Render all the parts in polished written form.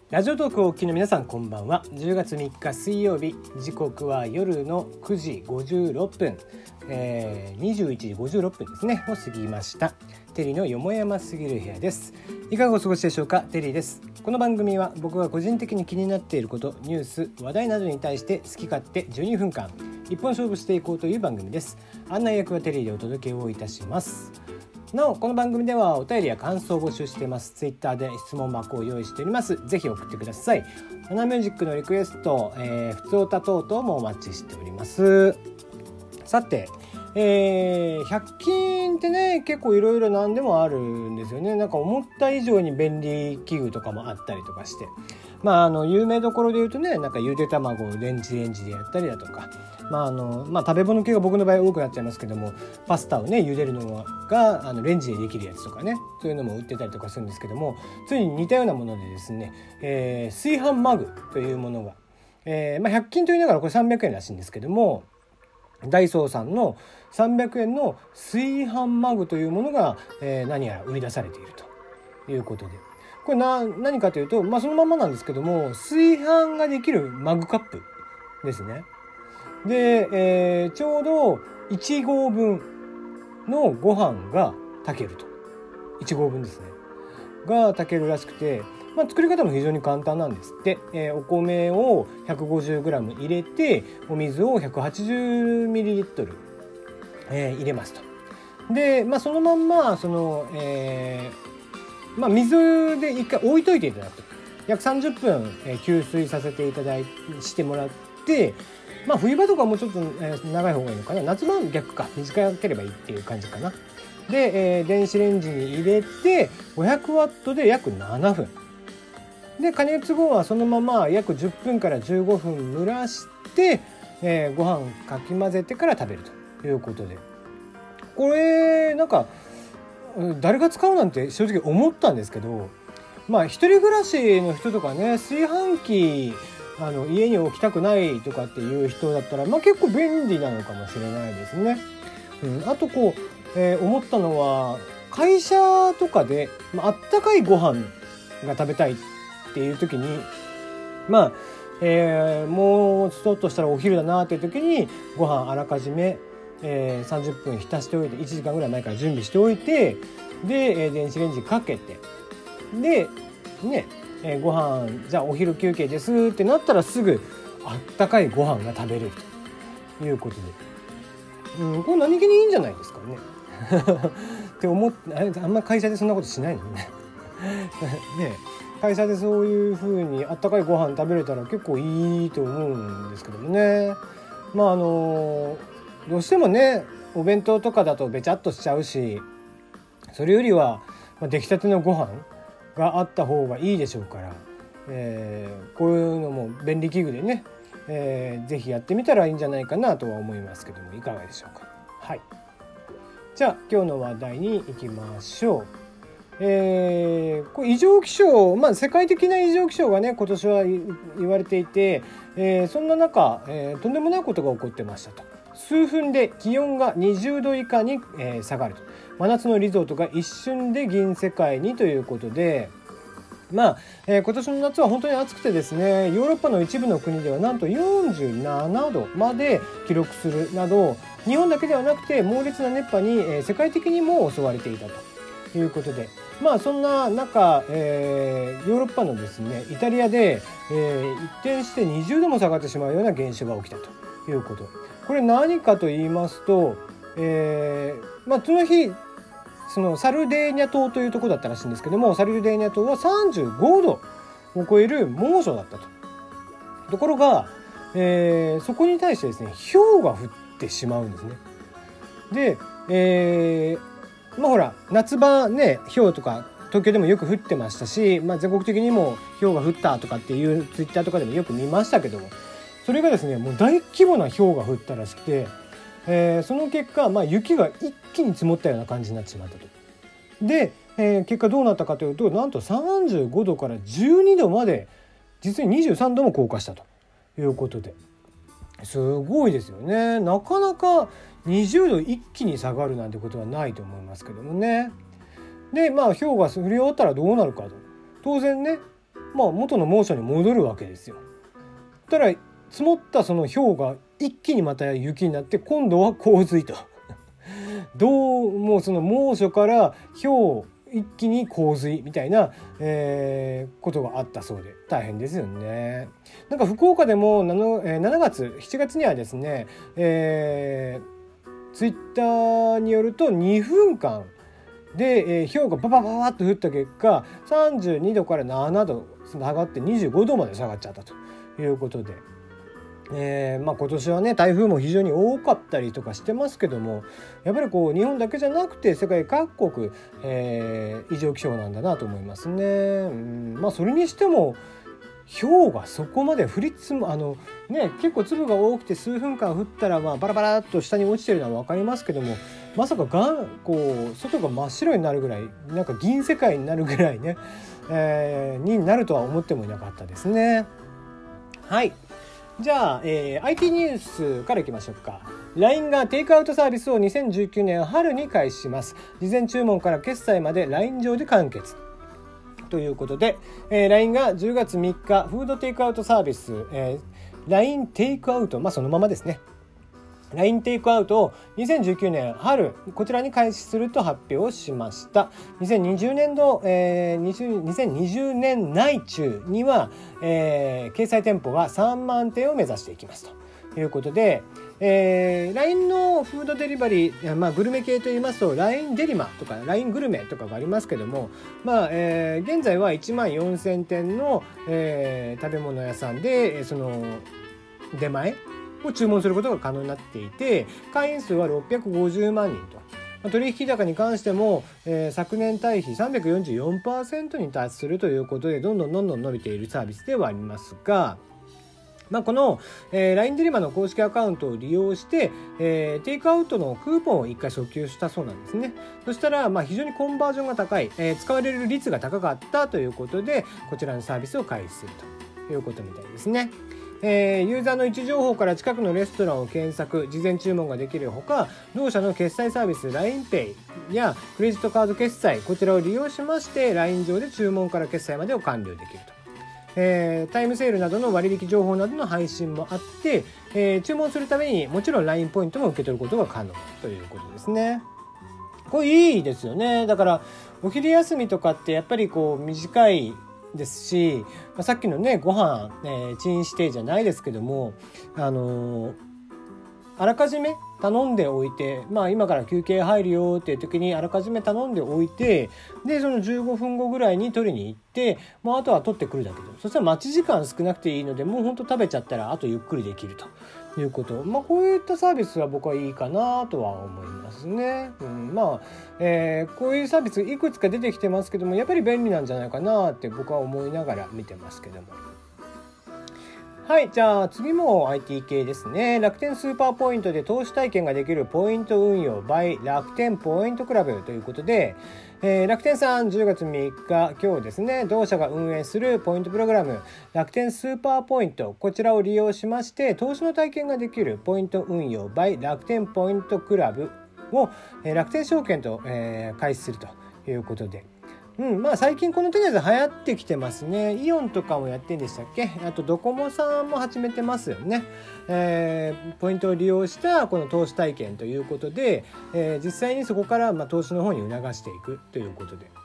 ラジオトークをお聞きの皆さん、こんばんは。10月3日水曜日、時刻は夜の9時56分、21時56分ですねを過ぎました。テリーのよもやますぎる部屋です。いかがお過ごしでしょうか。テリーです。この番組は僕が個人的に気になっていること、ニュース、話題などに対して好き勝手12分間一本勝負していこうという番組です。案内役はテリーでお届けをいたします。なお、この番組ではお便りや感想を募集しています。ツイッターで質問箱を用意しております。ぜひ送ってください。ナナミュージックのリクエスト、ふつおた等々もお待ちしております。さて、100均ってね、結構いろいろ何でもあるんですよね。なんか思った以上に便利器具とかもあったりとかして、有名どころで言うとね、なんかゆで卵をレンジでやったりだとか、食べ物系が僕の場合多くなっちゃいますけども、パスタをね茹でるのがレンジでできるやつとかね、そういうのも売ってたりとかするんですけども、ついに似たようなものでですね、炊飯マグというものが、100均と言いながらこれ300円らしいんですけども、ダイソーさんの300円の炊飯マグというものが、何やら売り出されているということで、これ何かというと、そのままなんですけども、炊飯ができるマグカップですね。で、ちょうど1合分のご飯が炊けると。1合分ですねが炊けるらしくて、作り方も非常に簡単なんですって。お米を 150g 入れて、お水を 180ml、入れますと。で、そのまんま水で一回置いといていただくと。約30分、吸水させてしてもらって、冬場とかもうちょっと、長い方がいいのかな。夏場は逆か、短ければいいっていう感じかな。で、電子レンジに入れて 500W で約7分で、加熱後はそのまま約10分から15分蒸らして、ご飯かき混ぜてから食べるということで、これなんか誰が使うなんて正直思ったんですけど、一人暮らしの人とかね、炊飯器家に置きたくないとかっていう人だったら、結構便利なのかもしれないですね。あと思ったのは、会社とかで、あったかいご飯が食べたいっていう時に、もうちょっとしたらお昼だなっていう時にご飯あらかじめ、30分浸しておいて、1時間ぐらい前から準備しておいて、で、電子レンジかけて、でね、ご飯じゃあお昼休憩ですってなったらすぐあったかいご飯が食べれるということで、これ何気にいいんじゃないですかねって思って、あんま会社でそんなことしないのねね、会社でそういう風にあったかいご飯食べれたら結構いいと思うんですけどもね。どうしてもね、お弁当とかだとべちゃっとしちゃうし、それよりは出来たてのご飯があった方がいいでしょうから、こういうのも便利器具でね、ぜひやってみたらいいんじゃないかなとは思いますけども、いかがでしょうか。はい、じゃあ今日の話題に行きましょう。これ異常気象、世界的な異常気象がね今年は言われていて、そんな中、とんでもないことが起こってましたと。数分で気温が20度以下に、下がると。真夏のリゾートが一瞬で銀世界にということで、今年の夏は本当に暑くてですね、ヨーロッパの一部の国ではなんと47度まで記録するなど、日本だけではなくて猛烈な熱波に、世界的にも襲われていたということで、そんな中、ヨーロッパのですねイタリアで、一転して20度も下がってしまうような現象が起きたということ。これ何かと言いますと、その日そのサルデーニャ島というところだったらしいんですけども、サルデーニャ島は35度を超える猛暑だったと。ところが、そこに対してですね、氷が降ってしまうんですね。で、ほら夏場ね、氷とか東京でもよく降ってましたし、全国的にも氷が降ったとかっていうツイッターとかでもよく見ましたけども、それがですねもう大規模な氷が降ったらしくて、その結果、雪が一気に積もったような感じになってしまったと。で、結果どうなったかというと、なんと35度から12度まで、実に23度も降下したということで、すごいですよね。なかなか20度一気に下がるなんてことはないと思いますけどもね。で、氷が降り終わったらどうなるかと。当然ね、 元の猛暑に戻るわけですよ。たら積もったその氷が一気にまた雪になって今度は洪水とどうもその猛暑から氷一気に洪水みたいな、ことがあったそうで大変ですよね。なんか福岡でも7月7月にはですね、ツイッターによると2分間で、氷がババババッと降った結果32度から7度下がって25度まで下がっちゃったということで、今年はね台風も非常に多かったりとかしてますけども、やっぱりこう日本だけじゃなくて世界各国、異常気象なんだなと思いますね。それにしても氷がそこまで降り積む結構粒が多くて数分間降ったらバラバラっと下に落ちてるのは分かりますけども、まさかこう外が真っ白になるぐらいなんか銀世界になるぐらいね、になるとは思ってもいなかったですね。はい、じゃあ、IT ニュースからいきましょうか。 LINE がテイクアウトサービスを2019年春に開始します。事前注文から決済まで LINE 上で完結ということで、LINE が10月3日フードテイクアウトサービス、LINE テイクアウト、そのままですね、LINE テイクアウトを2019年春こちらに開始すると発表しました。2020年度、2020年内中には、掲載店舗が3万店を目指していきますということで、LINE のフードデリバリー、グルメ系といいますと LINE デリマとか LINE グルメとかがありますけども、現在は1万4000店の、食べ物屋さんでその出前を注文することが可能になっていて、会員数は650万人と、取引高に関しても、昨年対比 344% に達するということでどんどん伸びているサービスではありますが、この、LINE デリマの公式アカウントを利用して、テイクアウトのクーポンを1回訴求したそうなんですね。そしたら、非常にコンバージョンが高い、使われる率が高かったということでこちらのサービスを開始するということみたいですね。ユーザーの位置情報から近くのレストランを検索、事前注文ができるほか、同社の決済サービス LINEPay やクレジットカード決済、こちらを利用しまして LINE 上で注文から決済までを完了できると。タイムセールなどの割引情報などの配信もあって、注文するためにもちろん LINE ポイントも受け取ることが可能ということですね。これいいですよね。だからお昼休みとかってやっぱりこう短いですし、さっきのねご飯、チンしてじゃないですけども、あらかじめ頼んでおいて、今から休憩入るよっていう時にあらかじめ頼んでおいて、でその15分後ぐらいに取りに行って、あとは取ってくるだけで、そしたら待ち時間少なくていいので、もうほんと食べちゃったらあとゆっくりできるということ、こういったサービスは僕はいいかなとは思いますね。こういうサービスいくつか出てきてますけども、やっぱり便利なんじゃないかなって僕は思いながら見てますけども。はい、じゃあ次も IT 系ですね。楽天スーパーポイントで投資体験ができるポイント運用 by 楽天ポイントクラブということで、楽天さん10月3日今日ですね、同社が運営するポイントプログラム楽天スーパーポイント、こちらを利用しまして投資の体験ができるポイント運用 by 楽天ポイントクラブを、楽天証券と、開始するということで、最近この手のやつ流行ってきてますね。イオンとかもやってんでしたっけ。あとドコモさんも始めてますよね。ポイントを利用したこの投資体験ということで、実際にそこから投資の方に促していくということで、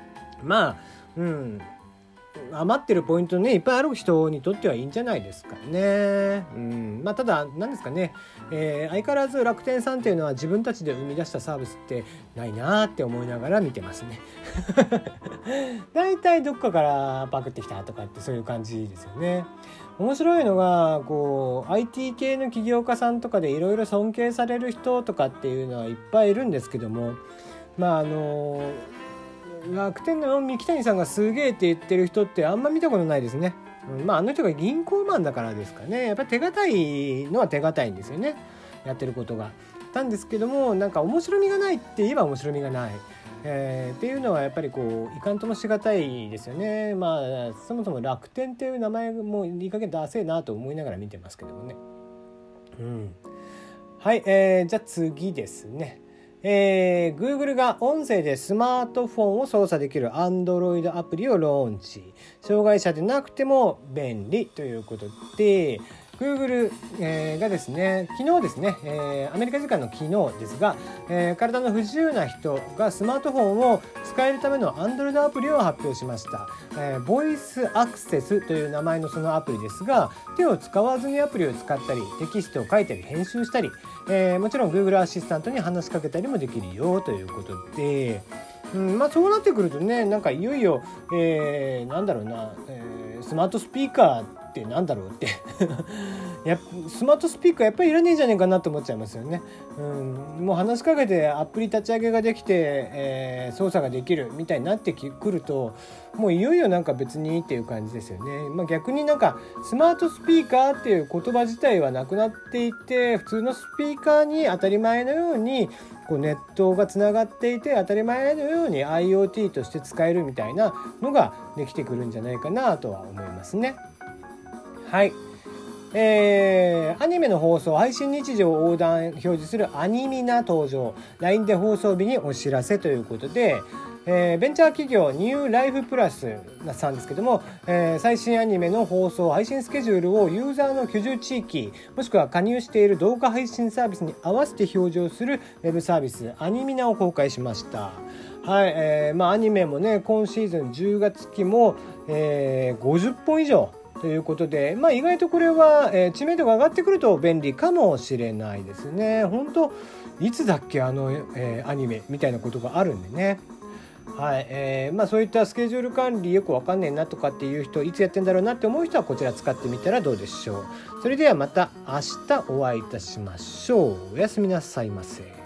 余ってるポイントねいっぱいある人にとってはいいんじゃないですかね。ただ何ですかね、相変わらず楽天さんっていうのは自分たちで生み出したサービスってないなって思いながら見てますね。だいたいどっかからパクってきたとかってそういう感じですよね。面白いのがこう IT 系の起業家さんとかでいろいろ尊敬される人とかっていうのはいっぱいいるんですけども、楽天の三木谷さんがすげえって言ってる人ってあんま見たことないですね。あの人が銀行マンだからですかね。やっぱり手堅いのは手堅いんですよね、やってることが。なんですけどもなんか面白みがないって言えば面白みがない、っていうのはやっぱりこういかんともしがたいですよね。そもそも楽天っていう名前もいい加減ダセえなと思いながら見てますけどもね。はい、じゃあ次ですね。 Google が音声でスマートフォンを操作できる Android アプリをローンチ。障害者でなくても便利ということで、Google、がですね、昨日ですね、アメリカ時間の昨日ですが、体の不自由な人がスマートフォンを使えるための Android アプリを発表しました。ボイスアクセスという名前のそのアプリですが、手を使わずにアプリを使ったり、テキストを書いたり編集したり、もちろん Google アシスタントに話しかけたりもできるよということで、そうなってくるとね、なんかいよいよ、なんだろうな、スマートスピーカーってなんだろうってスマートスピーカーやっぱりいらねえんじゃねえかなと思っちゃいますよね。もう話しかけてアプリ立ち上げができて、操作ができるみたいになってくると、もういよいよなんか別にっていう感じですよね。逆になんかスマートスピーカーっていう言葉自体はなくなっていて、普通のスピーカーに当たり前のようにこうネットがつながっていて、当たり前のように IoT として使えるみたいなのができてくるんじゃないかなとは思いますね。はい、アニメの放送配信日常を横断表示するアニミナ登場。 LINE で放送日にお知らせということで、ベンチャー企業ニューライフプラスさんですけども、最新アニメの放送配信スケジュールをユーザーの居住地域もしくは加入している動画配信サービスに合わせて表示をするウェブサービスアニミナを公開しました。はい、アニメもね、今シーズン10月期も、50本以上ということで、意外とこれは、知名度が上がってくると便利かもしれないですね。本当いつだっけアニメみたいなことがあるんでね。はい、そういったスケジュール管理よくわかんねえなとかっていう人、いつやってんだろうなって思う人はこちら使ってみたらどうでしょう。それではまた明日お会いいたしましょう。おやすみなさいませ。